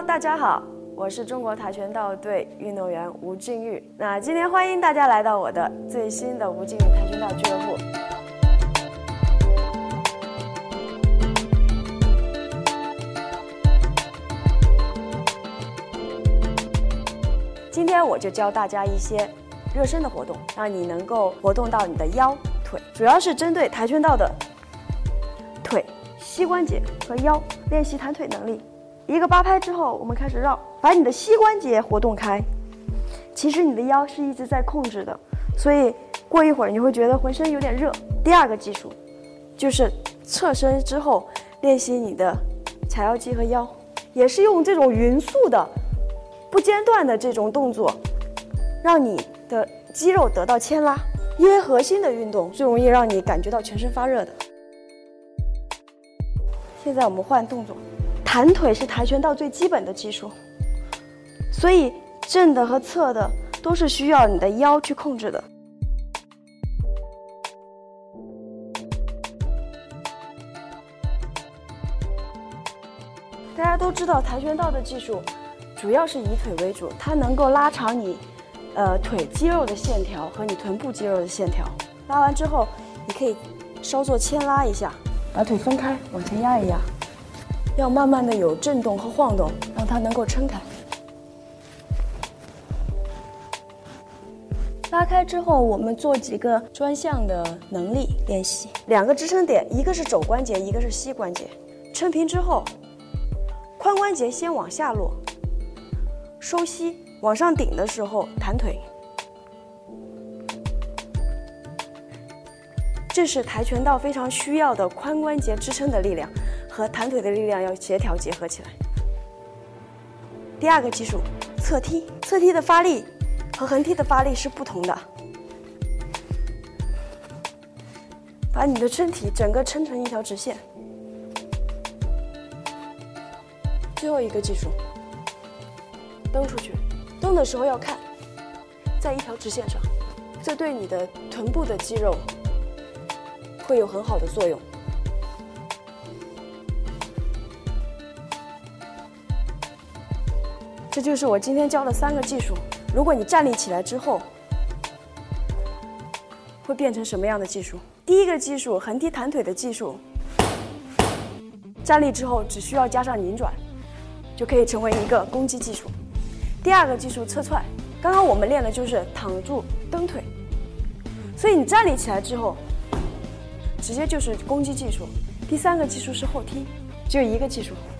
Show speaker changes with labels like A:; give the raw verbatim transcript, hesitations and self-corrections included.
A: 大家好，我是中国跆拳道队运动员吴靖玉。那今天欢迎大家来到我的最新的吴靖玉跆拳道俱乐部。今天我就教大家一些热身的活动，让你能够活动到你的腰、腿，主要是针对跆拳道的腿、膝关节和腰，练习弹腿能力。一个八拍之后，我们开始绕，把你的膝关节活动开。其实你的腰是一直在控制的，所以过一会儿你会觉得浑身有点热。第二个技术就是侧身之后练习你的髂腰肌和腰，也是用这种匀速的、不间断的这种动作，让你的肌肉得到牵拉。因为核心的运动最容易让你感觉到全身发热的。现在我们换动作。弹腿是跆拳道最基本的技术，所以正的和侧的都是需要你的腰去控制的。大家都知道，跆拳道的技术主要是以腿为主，它能够拉长你呃腿肌肉的线条和你臀部肌肉的线条。拉完之后，你可以稍作牵拉一下，把腿分开，往前压一压。要慢慢的有震动和晃动，让它能够撑开。拉开之后，我们做几个专项的能力练习。两个支撑点，一个是肘关节，一个是膝关节。撑平之后，髋关节先往下落，收膝，往上顶的时候弹腿。这是跆拳道非常需要的髋关节支撑的力量。和弹腿的力量要协调结合起来。第二个技术，侧踢。侧踢的发力和横踢的发力是不同的。把你的身体整个撑成一条直线。最后一个技术，蹬出去。蹬的时候要看，在一条直线上，这对你的臀部的肌肉会有很好的作用。这就是我今天教的三个技术。如果你站立起来之后，会变成什么样的技术？第一个技术，横踢弹腿的技术，站立之后只需要加上拧转，就可以成为一个攻击技术。第二个技术，侧踹。刚刚我们练的就是躺住蹬腿，所以你站立起来之后，直接就是攻击技术。第三个技术是后踢，只有一个技术。